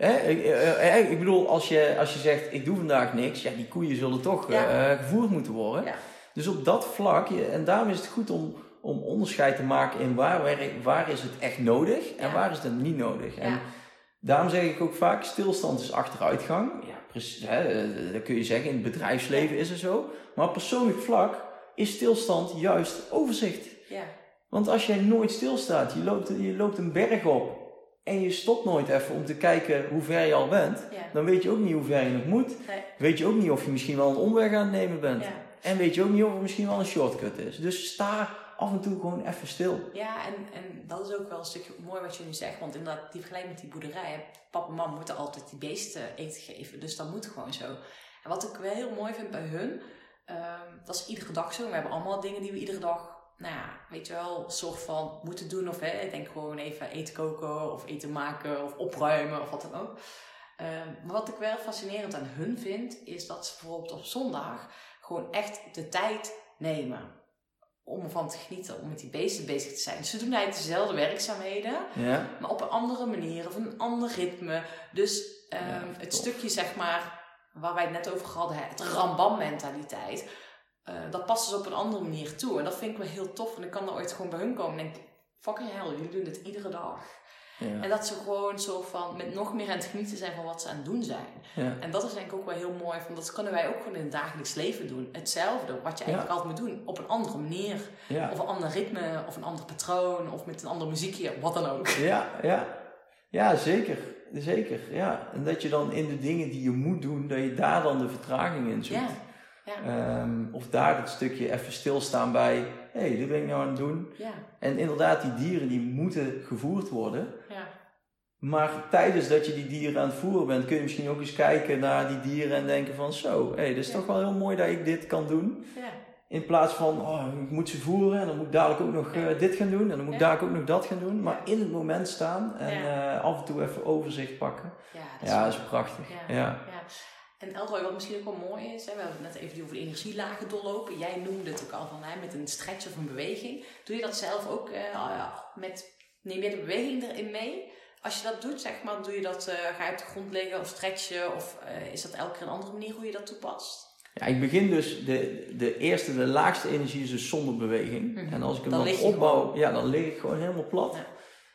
Ik bedoel, als je zegt, ik doe vandaag niks. Ja, die koeien zullen toch gevoerd moeten worden. Ja. Dus op dat vlak, en daarom is het goed om onderscheid te maken in waar is het echt nodig en waar is het niet nodig. Ja. En daarom zeg ik ook vaak, stilstand is achteruitgang. Ja, precies, dat kun je zeggen, in het bedrijfsleven is het zo. Maar op persoonlijk vlak is stilstand juist overzicht. Ja. Want als jij nooit stilstaat, je loopt een berg op en je stopt nooit even om te kijken hoe ver je al bent, dan weet je ook niet hoe ver je nog moet. Nee. Weet je ook niet of je misschien wel een omweg aan het nemen bent. Ja. En weet je ook niet of er misschien wel een shortcut is. Dus sta af en toe gewoon even stil. Ja, en dat is ook wel een stukje mooi wat je nu zegt. Want inderdaad, die vergelijking met die boerderij. Papa en mam moeten altijd die beesten eten geven. Dus dat moet gewoon zo. En wat ik wel heel mooi vind bij hun, dat is iedere dag zo. We hebben allemaal dingen die we iedere dag, weet je wel, een soort van moeten doen. Of ik denk gewoon even eten koken of eten maken of opruimen of wat dan ook. Maar wat ik wel fascinerend aan hun vind, is dat ze bijvoorbeeld op zondag gewoon echt de tijd nemen om ervan te genieten, om met die beesten bezig te zijn. Dus ze doen eigenlijk dezelfde werkzaamheden, maar op een andere manier of een ander ritme. Dus het stukje, zeg maar, waar wij het net over hadden, het rambam-mentaliteit, dat past dus op een andere manier toe. En dat vind ik wel heel tof. En ik kan er ooit gewoon bij hun komen en denk, fucking hell, jullie doen dit iedere dag. Ja. En dat ze gewoon zo van met nog meer aan het genieten zijn van wat ze aan het doen zijn. Ja. En dat is denk ik ook wel heel mooi. Van dat kunnen wij ook gewoon in het dagelijks leven doen. Hetzelfde, wat je eigenlijk altijd moet doen. Op een andere manier. Ja. Of een ander ritme, of een ander patroon. Of met een ander muziekje, wat dan ook. Ja, zeker. Zeker, ja. En dat je dan in de dingen die je moet doen, dat je daar dan de vertraging in zoekt. Ja. Of daar het stukje even stilstaan bij, dit ben ik nou aan het doen. Ja. En inderdaad, die dieren die moeten gevoerd worden. Ja. Maar tijdens dat je die dieren aan het voeren bent, kun je misschien ook eens kijken naar die dieren en denken van dit is toch wel heel mooi dat ik dit kan doen. Ja. In plaats van, ik moet ze voeren en dan moet ik dadelijk ook nog dit gaan doen en dan moet ik dadelijk ook nog dat gaan doen. Maar in het moment staan en af en toe even overzicht pakken. Ja, dat is prachtig. Ja. En Elroy, wat misschien ook wel mooi is, we hebben het net even over de energielagen doorlopen. Jij noemde het ook al van met een stretch of een beweging. Doe je dat zelf ook neem je de beweging erin mee? Als je dat doet, zeg maar, doe je dat, ga je op de grond liggen of stretchen? Of is dat elke keer een andere manier hoe je dat toepast? Ja, ik begin dus, de laagste energie is dus zonder beweging. Mm-hmm. En als ik hem dan opbouw, dan lig ik gewoon helemaal plat. Ja.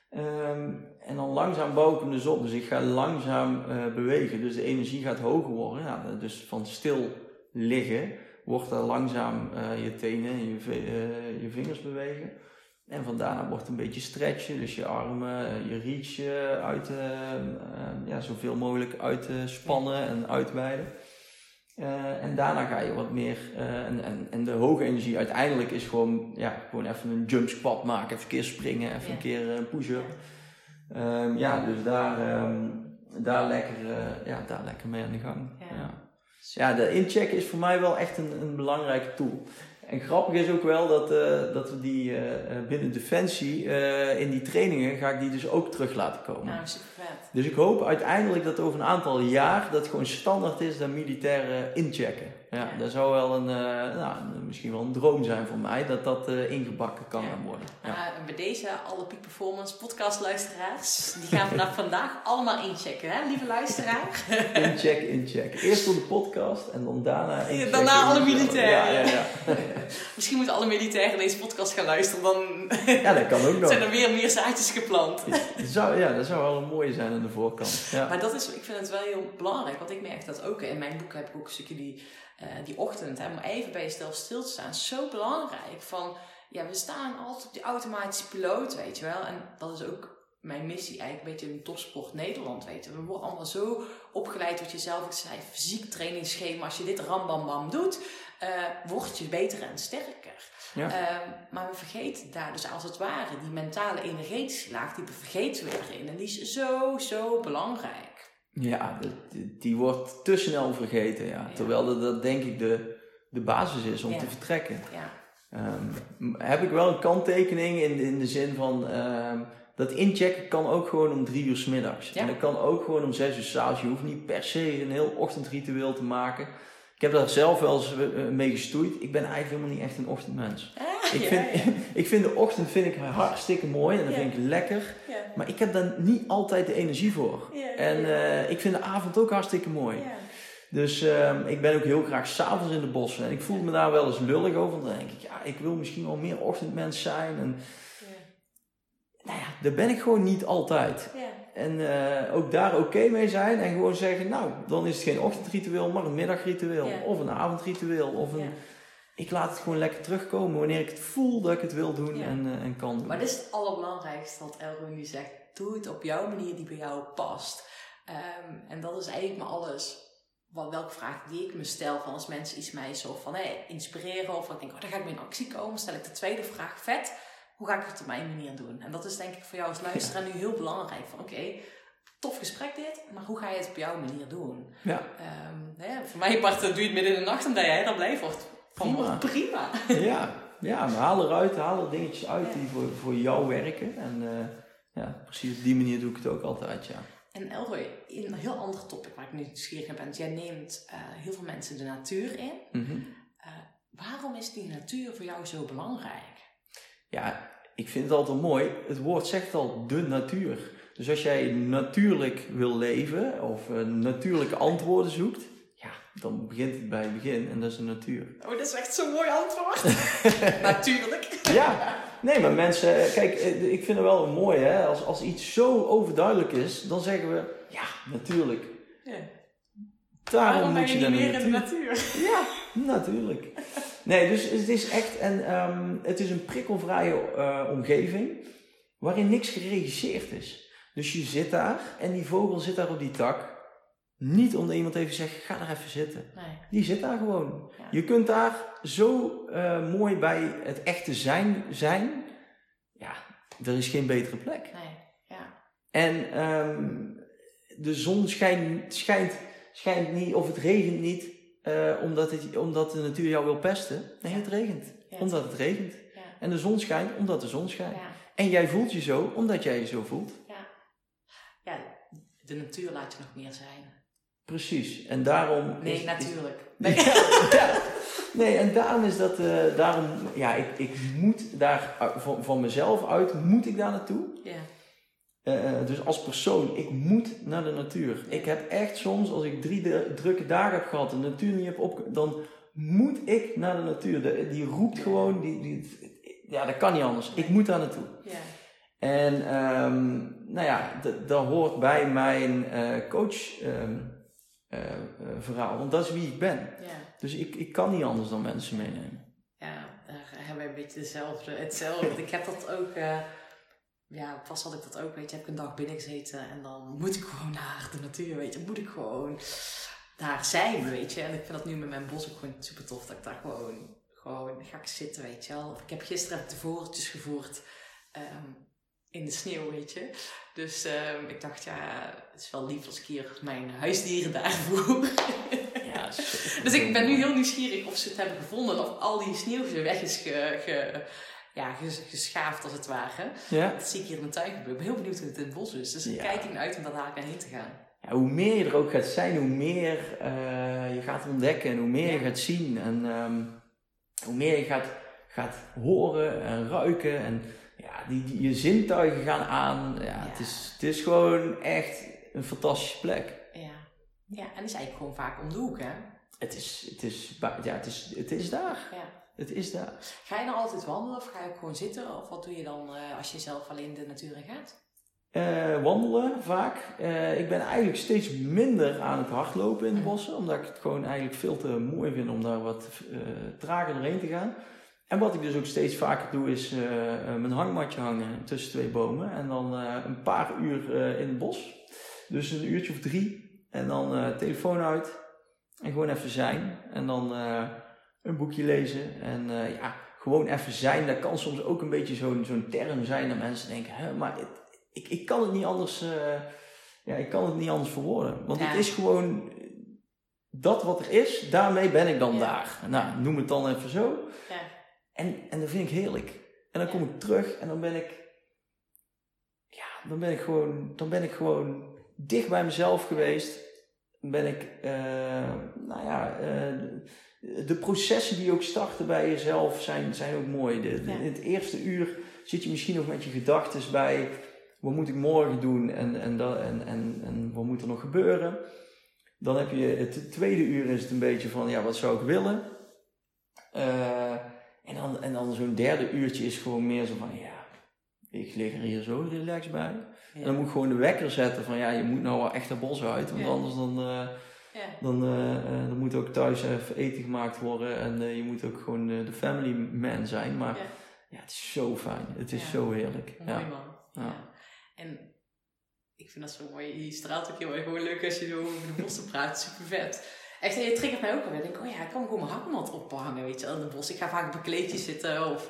En dan langzaam bouw ik hem dus op. Dus ik ga langzaam bewegen. Dus de energie gaat hoger worden. Ja, dus van stil liggen wordt er langzaam je tenen en je vingers bewegen. En van daarna wordt het een beetje stretchen. Dus je armen, je reach zoveel mogelijk uitspannen en uitweiden. En daarna ga je wat meer, en de hoge energie uiteindelijk is gewoon even een jump squat maken, even een keer springen, even een keer een push-up. Dus daar lekker mee aan de gang. De incheck is voor mij wel echt een belangrijke tool. En grappig is ook wel dat we die binnen Defensie, in die trainingen ga ik die dus ook terug laten komen. Nou, super vet. Dus ik hoop uiteindelijk dat over een aantal jaar dat het gewoon standaard is dat militairen inchecken. Ja, dat zou wel misschien wel een droom zijn voor mij, dat ingebakken kan gaan worden. Ja. Bij deze, alle Peak Performance podcast luisteraars, die gaan vanaf vandaag allemaal inchecken, hè, lieve luisteraar? Incheck. Eerst door de podcast en dan daarna inchecken. Daarna alle militairen. Ja. Misschien moeten alle militairen deze podcast gaan luisteren, dan dat kan ook nog. Zijn er weer meer zaadjes geplant. Dat zou wel een mooie zijn aan de voorkant. Ja. Maar ik vind het wel heel belangrijk, want ik merk dat ook. In mijn boek heb ik ook een stukje die die ochtend, hè, om even bij jezelf stil te staan, is zo belangrijk. We staan altijd op die automatische piloot, weet je wel. En dat is ook mijn missie eigenlijk, een beetje in topsport Nederland, weet je. We worden allemaal zo opgeleid wat je zelf zei, fysiek trainingsschema. Als je dit rambam doet, word je beter en sterker. Ja. Maar we vergeten daar dus als het ware die mentale energetische laag, die vergeten we erin. En die is zo belangrijk. Ja, die wordt te snel vergeten, ja. Terwijl dat denk ik de basis is om te vertrekken. Ja. Heb ik wel een kanttekening in de zin van... dat inchecken kan ook gewoon om 3 uur 's middags. Ja. En dat kan ook gewoon om 6 uur 's avonds. Je hoeft niet per se een heel ochtendritueel te maken. Ik heb daar zelf wel eens mee gestoeid. Ik ben eigenlijk helemaal niet echt een ochtendmens. Ik vind de ochtend hartstikke mooi en dat vind ik lekker. Ja. Maar ik heb daar niet altijd de energie voor. Ik vind de avond ook hartstikke mooi. Ja. Dus ik ben ook heel graag 's avonds in de bossen. En ik voel me daar wel eens lullig over. Dan denk ik, ik wil misschien wel meer ochtendmens zijn. En daar ben ik gewoon niet altijd. Ja. En ook daar oké mee zijn. En gewoon zeggen, dan is het geen ochtendritueel, maar een middagritueel. Ja. Of een avondritueel. Of ik laat het gewoon lekker terugkomen wanneer ik het voel dat ik het wil doen en kan doen. Maar dit is het allerbelangrijkste wat Elro nu zegt. Doe het op jouw manier die bij jou past. En dat is eigenlijk maar alles. Welke vraag die ik me stel van als mensen iets mij zo van inspireren. Of ik denk, daar ga ik mee in actie komen. Stel ik de tweede vraag, vet. Hoe ga ik het op mijn manier doen? En dat is denk ik voor jou als luisteraar nu heel belangrijk. Van tof gesprek dit, maar hoe ga je het op jouw manier doen? Ja. Voor mij part doe je het midden in de nacht omdat jij dan blij wordt. Prima. Ja, maar haal er dingetjes uit die voor jou werken. En precies op die manier doe ik het ook altijd, ja. En Elro, in een heel ander topic waar ik nu nieuwsgierig naar ben. Jij neemt heel veel mensen de natuur in. Mm-hmm. Waarom is die natuur voor jou zo belangrijk? Ja, ik vind het altijd mooi. Het woord zegt al de natuur. Dus als jij natuurlijk wil leven of natuurlijke antwoorden zoekt, dan begint het bij het begin en dat is de natuur. Oh, dat is echt zo'n mooi antwoord. Natuurlijk. Ja, nee, maar mensen, kijk, ik vind het wel mooi, hè. Als iets zo overduidelijk is, dan zeggen we, natuurlijk. Ja. Daarom moet je dan meer in de natuur. Ja, natuurlijk. Nee, dus het is echt het is een prikkelvrije omgeving waarin niks geregisseerd is. Dus je zit daar en die vogel zit daar op die tak. Niet omdat iemand even zegt, ga daar even zitten. Nee. Die zit daar gewoon. Ja. Je kunt daar zo mooi bij het echte zijn. Ja, er is geen betere plek. Nee. Ja. En de zon schijnt niet of het regent niet omdat de natuur jou wil pesten. Nee, het regent. Ja, omdat het regent. Ja. En de zon schijnt omdat de zon schijnt. Ja. En jij voelt je zo omdat jij je zo voelt. Ja, de natuur laat je nog meer zijn. Precies. En daarom... Nee, natuurlijk. Nee, en daarom is dat... ik moet daar van mezelf uit, moet ik daar naartoe. Ja. Dus als persoon, ik moet naar de natuur. Ja. Ik heb echt soms, als ik 3 drukke dagen heb gehad, de natuur niet heb dan moet ik naar de natuur. Die roept gewoon, dat kan niet anders. Ik moet daar naartoe. Ja. En dat hoort bij mijn coach verhaal, want dat is wie ik ben. Ja. Dus ik kan niet anders dan mensen meenemen. Ja, daar hebben we een beetje hetzelfde. Ik heb dat ook... pas had ik dat ook, weet je, heb ik een dag binnen gezeten en dan moet ik gewoon naar de natuur, weet je, moet ik gewoon daar zijn, weet je. En ik vind dat nu met mijn bos ook gewoon super tof, dat ik daar gewoon ga ik zitten, weet je wel. Of ik heb gisteren de vogeltjes gevoerd in de sneeuw, weet je. Dus ik dacht, het is wel lief als ik hier mijn huisdieren daar voer. Ja, dus ik ben nu heel nieuwsgierig of ze het hebben gevonden, of al die sneeuw weg is geschaafd als het ware. Ja. Dat zie ik hier in mijn tuin gebeuren. Ik ben heel benieuwd hoe het in het bos is. Dus ik kijk er naar uit om daar dadelijk heen te gaan. Ja, hoe meer je er ook gaat zijn, hoe meer je gaat ontdekken en hoe meer je gaat zien. En hoe meer je gaat horen en ruiken. En je zintuigen gaan aan. Ja. Het is gewoon echt een fantastische plek. Ja, en het is eigenlijk gewoon vaak om de hoek, hè? Het is daar. Ja. Het is daar. Ga je nou altijd wandelen of ga je ook gewoon zitten? Of wat doe je dan als je zelf alleen de natuur in gaat? Wandelen vaak. Ik ben eigenlijk steeds minder aan het hardlopen in de bossen. Omdat ik het gewoon eigenlijk veel te mooi vind om daar wat trager doorheen te gaan. En wat ik dus ook steeds vaker doe is mijn hangmatje hangen tussen 2 bomen. En dan een paar uur in het bos. Dus een uurtje of 3. En dan telefoon uit. En gewoon even zijn. En dan een boekje lezen. En gewoon even zijn. Dat kan soms ook een beetje zo'n term zijn. Dat mensen denken, hè, maar ik kan het niet anders... ik kan het niet anders verwoorden. Want het is gewoon... Dat wat er is, daarmee ben ik dan daar. Nou, noem het dan even zo. Ja. En dat vind ik heerlijk. En dan kom ik terug en dan ben ik... Dan ben ik gewoon dicht bij mezelf geweest. Dan ben ik... de processen die ook starten bij jezelf zijn ook mooi. In het eerste uur zit je misschien nog met je gedachten bij... Wat moet ik morgen doen en wat moet er nog gebeuren? Dan heb je het tweede uur is het een beetje van, wat zou ik willen? En dan zo'n derde uurtje is gewoon meer zo van, ik lig er hier zo relaxed bij. Ja. En dan moet ik gewoon de wekker zetten van, je moet nou wel echt het bos uit. Want anders dan moet ook thuis even eten gemaakt worden. En je moet ook gewoon de family man zijn. Maar het is zo fijn. Het is zo heerlijk. Mooi man. Ja. En ik vind dat zo mooi. Je straalt ook heel erg gewoon leuk als je zo over de bossen praat. Super vet. Echt, je triggert mij ook alweer. Ik denk, ik kan gewoon mijn hangmat ophangen, weet je, in het bos. Ik ga vaak op een kleedje zitten of,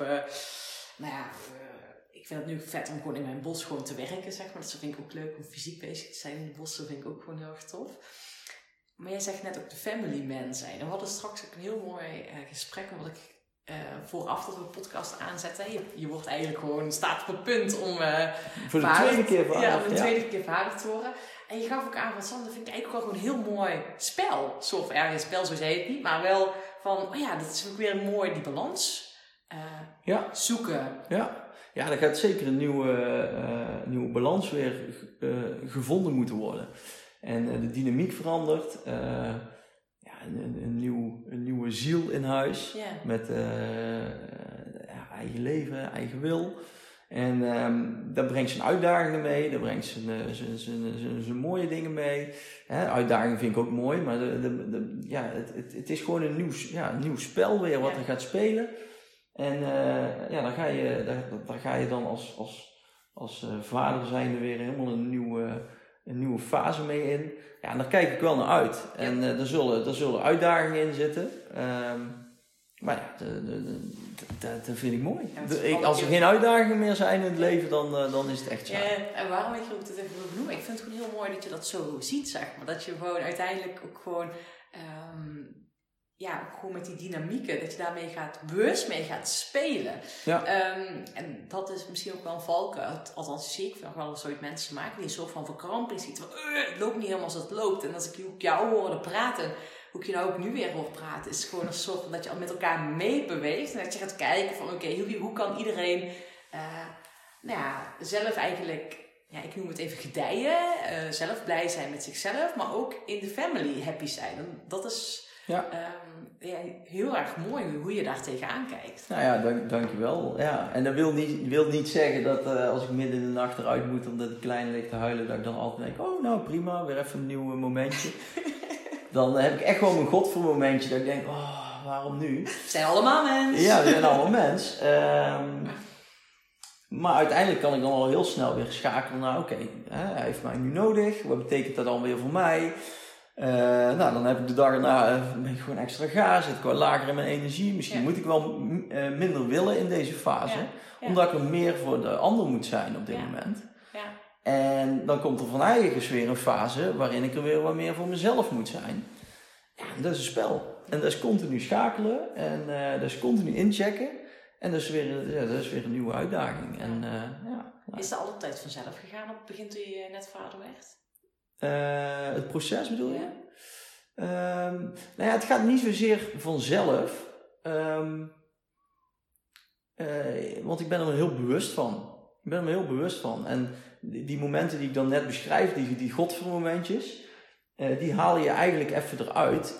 ik vind het nu vet om gewoon in mijn bos gewoon te werken, zeg maar. Dat vind ik ook leuk om fysiek bezig te zijn in de bossen. Dat vind ik ook gewoon heel erg tof. Maar jij zegt net ook de family man zijn. En we hadden straks ook een heel mooi gesprek, omdat ik vooraf dat we de podcast aanzetten. Je wordt eigenlijk gewoon, staat op het punt om voor de tweede keer vader. Ja, om de tweede keer vader te worden. En je gaf ook aan van Sander, vind ik eigenlijk wel gewoon een heel mooi spel. Soort een spel, zo zei je het niet, maar wel van, dat is ook weer mooi die balans zoeken. Ja, daar gaat zeker een nieuwe balans weer gevonden moeten worden. En de dynamiek verandert. Een nieuwe ziel in huis. Yeah. Met eigen leven, eigen wil. En dat brengt zijn uitdagingen mee. Dat brengt zijn mooie dingen mee. Uitdagingen vind ik ook mooi. Maar het is gewoon een nieuw spel weer wat er gaat spelen. En daar ga je dan als vader zijnde weer helemaal een nieuwe fase mee in. Ja, en daar kijk ik wel naar uit. Ja. En er zullen uitdagingen in zitten. Maar dat vind ik mooi. Als er geen uitdagingen meer zijn in het leven, dan is het echt zo. En waarom weet je ook dat even benoemen? Ik vind het gewoon heel mooi dat je dat zo ziet, zeg maar. Dat je gewoon uiteindelijk ook gewoon... ook gewoon met die dynamieken, dat je daarmee bewust mee gaat spelen. Ja. En dat is misschien ook wel een valkuil. Althans, zie ik nog wel eens zoiets mensen maken die een soort van verkramping ziet. Van, het loopt niet helemaal zoals het loopt. En als ik jou hoorde praten, hoe ik je nou ook nu weer hoor praten, is gewoon een soort van dat je al met elkaar meebeweegt. En dat je gaat kijken van, hoe kan iedereen zelf eigenlijk... Ja, ik noem het even gedijen. Zelf blij zijn met zichzelf, maar ook in de family happy zijn. En dat is... heel erg mooi hoe je daar tegenaan kijkt. Nou ja, dankjewel. Ja. En dat wil niet zeggen dat als ik midden in de nacht eruit moet omdat die kleine ligt te huilen, dat ik dan altijd denk, oh nou prima, weer even een nieuw momentje. Dan heb ik echt gewoon mijn God voor een momentje dat ik denk, waarom nu? We zijn allemaal mens. Ja, we zijn allemaal mens. Maar uiteindelijk kan ik dan al heel snel weer schakelen naar, oké, hij heeft mij nu nodig. Wat betekent dat dan weer voor mij? Dan heb ik de dag erna ben ik gewoon extra gaar, zit ik wel lager in mijn energie. Misschien moet ik wel minder willen in deze fase, omdat ik er meer voor de ander moet zijn op dit moment. Ja. En dan komt er van eigen weer een fase waarin ik er weer wat meer voor mezelf moet zijn. Ja, dat is een spel. En dat is continu schakelen en dat is continu inchecken. En dat is weer een nieuwe uitdaging. En, Is dat altijd vanzelf gegaan op het begin toen je net vader werd? Het proces bedoel je? Het gaat niet zozeer vanzelf. Want ik ben er heel bewust van. En die momenten die ik dan net beschrijf, die godvermomentjes, die haal je eigenlijk even eruit.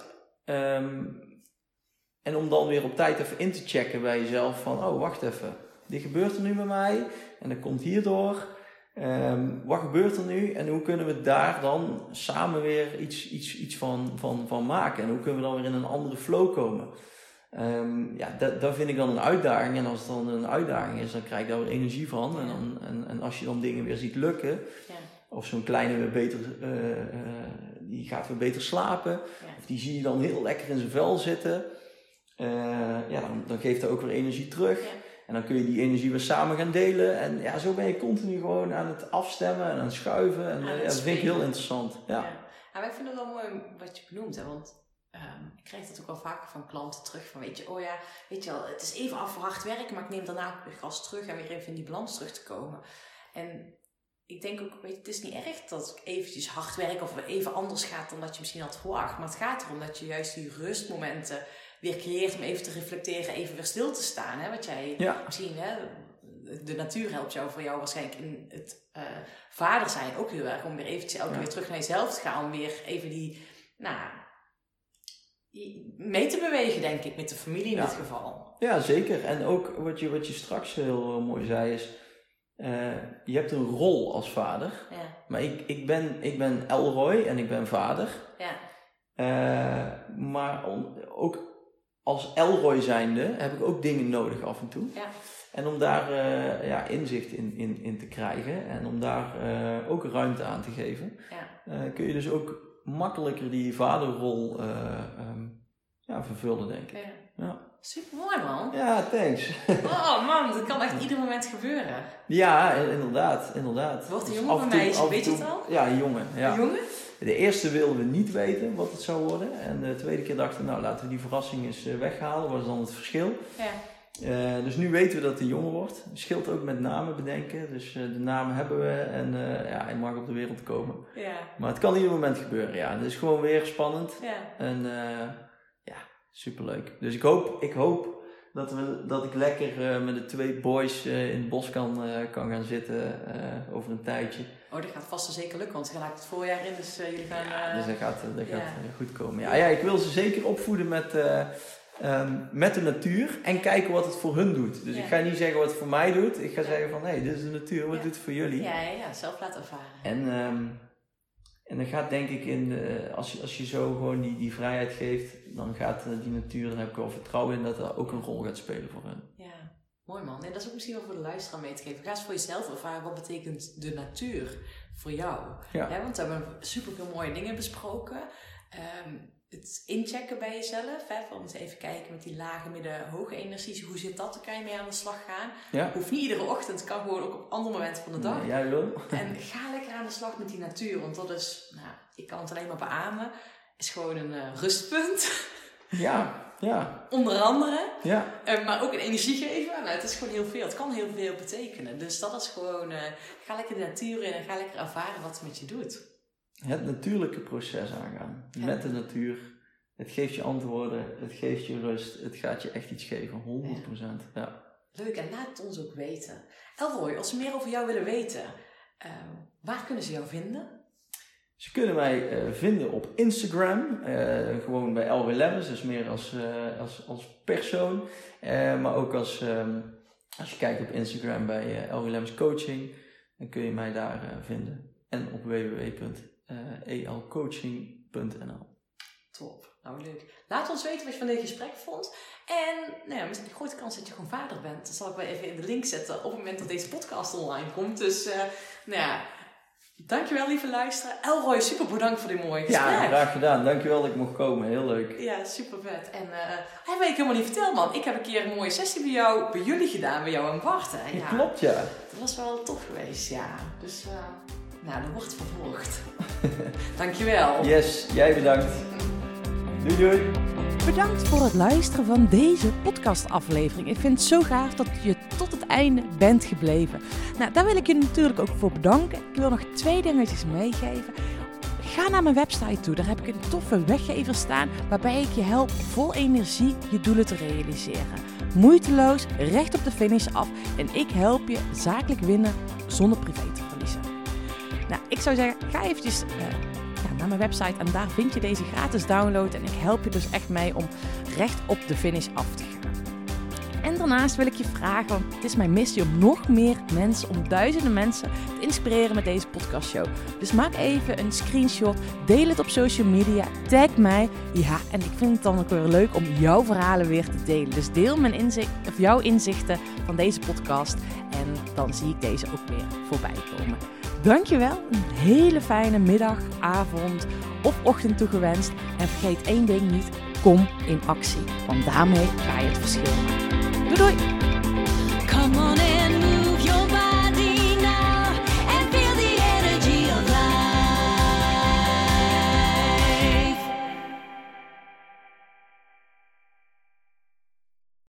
En om dan weer op tijd even in te checken bij jezelf van, wacht even, dit gebeurt er nu bij mij en dat komt hierdoor. Wat gebeurt er nu en hoe kunnen we daar dan samen weer iets van maken? En hoe kunnen we dan weer in een andere flow komen? Dat vind ik dan een uitdaging. En als het dan een uitdaging is, dan krijg ik daar weer energie van. En als je dan dingen weer ziet lukken, of zo'n kleine weer beter, die gaat weer beter slapen, of die zie je dan heel lekker in zijn vel zitten, dan geeft dat ook weer energie terug. Ja. En dan kun je die energie weer samen gaan delen. En zo ben je continu gewoon aan het afstemmen en aan het schuiven. En dat vind ik heel interessant. Ja. Maar ik vind het wel mooi wat je benoemt. Hè? Want ik krijg dat ook wel vaker van klanten terug. Van weet je wel, het is even af voor hard werken. Maar ik neem daarna ook weer gas terug. En weer even in die balans terug te komen. En ik denk ook, het is niet erg dat ik eventjes hard werk. Of even anders gaat dan dat je misschien had verwacht. Maar het gaat erom dat je juist die rustmomenten weer creëert om even te reflecteren, even weer stil te staan. Hè? Wat jij misschien, de natuur helpt jou voor jou waarschijnlijk in het vader zijn ook heel erg. Om weer eventjes elke keer weer terug naar jezelf te gaan. Om weer even mee te bewegen, denk ik, met de familie in dit geval. Ja, zeker. En ook wat je straks heel mooi zei is, je hebt een rol als vader. Ja. Maar ik ben Elroy en ik ben vader. Ja. Maar ook als Elroy zijnde heb ik ook dingen nodig af en toe. Ja. En om daar inzicht in te krijgen en om daar ook ruimte aan te geven, kun je dus ook makkelijker die vaderrol vervullen, denk ik. Ja. Super mooi, man. Ja, thanks. Oh man, dat kan echt ieder moment gebeuren. Ja, inderdaad. Wordt een jongen of een meisje, weet je het al? Ja, een jongen. Ja. Een jongen? De eerste wilden we niet weten wat het zou worden. En de tweede keer dachten we, laten we die verrassing eens weghalen. Wat is dan het verschil? Ja. Dus nu weten we dat het een jongen wordt. Het scheelt ook met namen bedenken. Dus de namen hebben we en hij mag op de wereld komen. Ja. Maar het kan ieder moment gebeuren, ja. Het is gewoon weer spannend. Ja. En superleuk. Dus ik hoop dat ik lekker met de 2 boys in het bos kan gaan zitten over een tijdje. Oh, dat gaat vast en zeker lukken, want ze gaan het voorjaar in, dus jullie gaan... Dus dat gaat goed komen. Ja, ik wil ze zeker opvoeden met de natuur en kijken wat het voor hun doet. Dus ik ga niet zeggen wat het voor mij doet. Ik ga zeggen van, dit is de natuur, wat doet het voor jullie? Ja, zelf laten ervaren. En dan gaat denk ik als je zo gewoon die vrijheid geeft, dan gaat die natuur, dan heb ik wel vertrouwen in dat dat ook een rol gaat spelen voor hen. Ja, mooi man. En dat is ook misschien wel voor de luisteraar mee te geven. Ga eens voor jezelf ervaren, wat betekent de natuur voor jou? Ja. Want we hebben super veel mooie dingen besproken. Het inchecken bij jezelf, van eens even kijken met die lage, midden, hoge energies. Hoe zit dat? Daar kan je mee aan de slag gaan. Ja. Hoeft niet iedere ochtend, kan gewoon ook op andere momenten van de dag. Jij wil. En ga lekker aan de slag met die natuur, want dat is, ik kan het alleen maar beamen, is gewoon een rustpunt. Ja. Onder andere. Ja. Maar ook een energie geven. Het is gewoon heel veel. Het kan heel veel betekenen. Dus dat is gewoon, ga lekker de natuur in en ga lekker ervaren wat het met je doet. Het natuurlijke proces aangaan. Ja. Met de natuur. Het geeft je antwoorden. Het geeft je rust. Het gaat je echt iets geven. 100%. Ja. Leuk. En laat het ons ook weten. Elroy, als ze meer over jou willen weten, waar kunnen ze jou vinden? Ze kunnen mij vinden op Instagram. Gewoon bij Elroy Lemmens. Dus meer als persoon. Maar ook als je kijkt op Instagram bij Elroy Lemmens Coaching. Dan kun je mij daar vinden. En op www.elcoaching.nl. Top. Nou, leuk. Laat ons weten wat je van dit gesprek vond. En misschien een grote kans dat je gewoon vader bent. Dat zal ik wel even in de link zetten op het moment dat deze podcast online komt. Dus, dankjewel lieve luisteraar. Elroy, super bedankt voor dit mooie gesprek. Ja, graag gedaan. Dankjewel dat ik mocht komen. Heel leuk. Ja, super vet. En heb ik helemaal niet verteld, man. Ik heb een keer een mooie sessie bij jullie gedaan, bij jou en Bart. Ja, klopt, ja. Dat was wel tof geweest, ja. Dus, dat wordt vervolgd. Dankjewel. Yes, jij bedankt. Doei. Bedankt voor het luisteren van deze podcastaflevering. Ik vind het zo gaaf dat je tot het einde bent gebleven. Daar wil ik je natuurlijk ook voor bedanken. Ik wil nog 2 dingetjes meegeven. Ga naar mijn website toe. Daar heb ik een toffe weggever staan waarbij ik je help vol energie je doelen te realiseren. Moeiteloos, recht op de finish af en ik help je zakelijk winnen zonder privé te verliezen. Ik zou zeggen, ga eventjes naar mijn website en daar vind je deze gratis download. En ik help je dus echt mee om recht op de finish af te gaan. En daarnaast wil ik je vragen, want het is mijn missie om nog meer mensen, om duizenden mensen te inspireren met deze podcastshow. Dus maak even een screenshot, deel het op social media, tag mij. Ja, en ik vind het dan ook weer leuk om jouw verhalen weer te delen. Dus deel jouw inzichten van deze podcast en dan zie ik deze ook weer voorbij komen. Dankjewel, een hele fijne middag, avond of ochtend toegewenst. En vergeet één ding niet, kom in actie, want daarmee ga je het verschil maken. Doei doei! Come on in.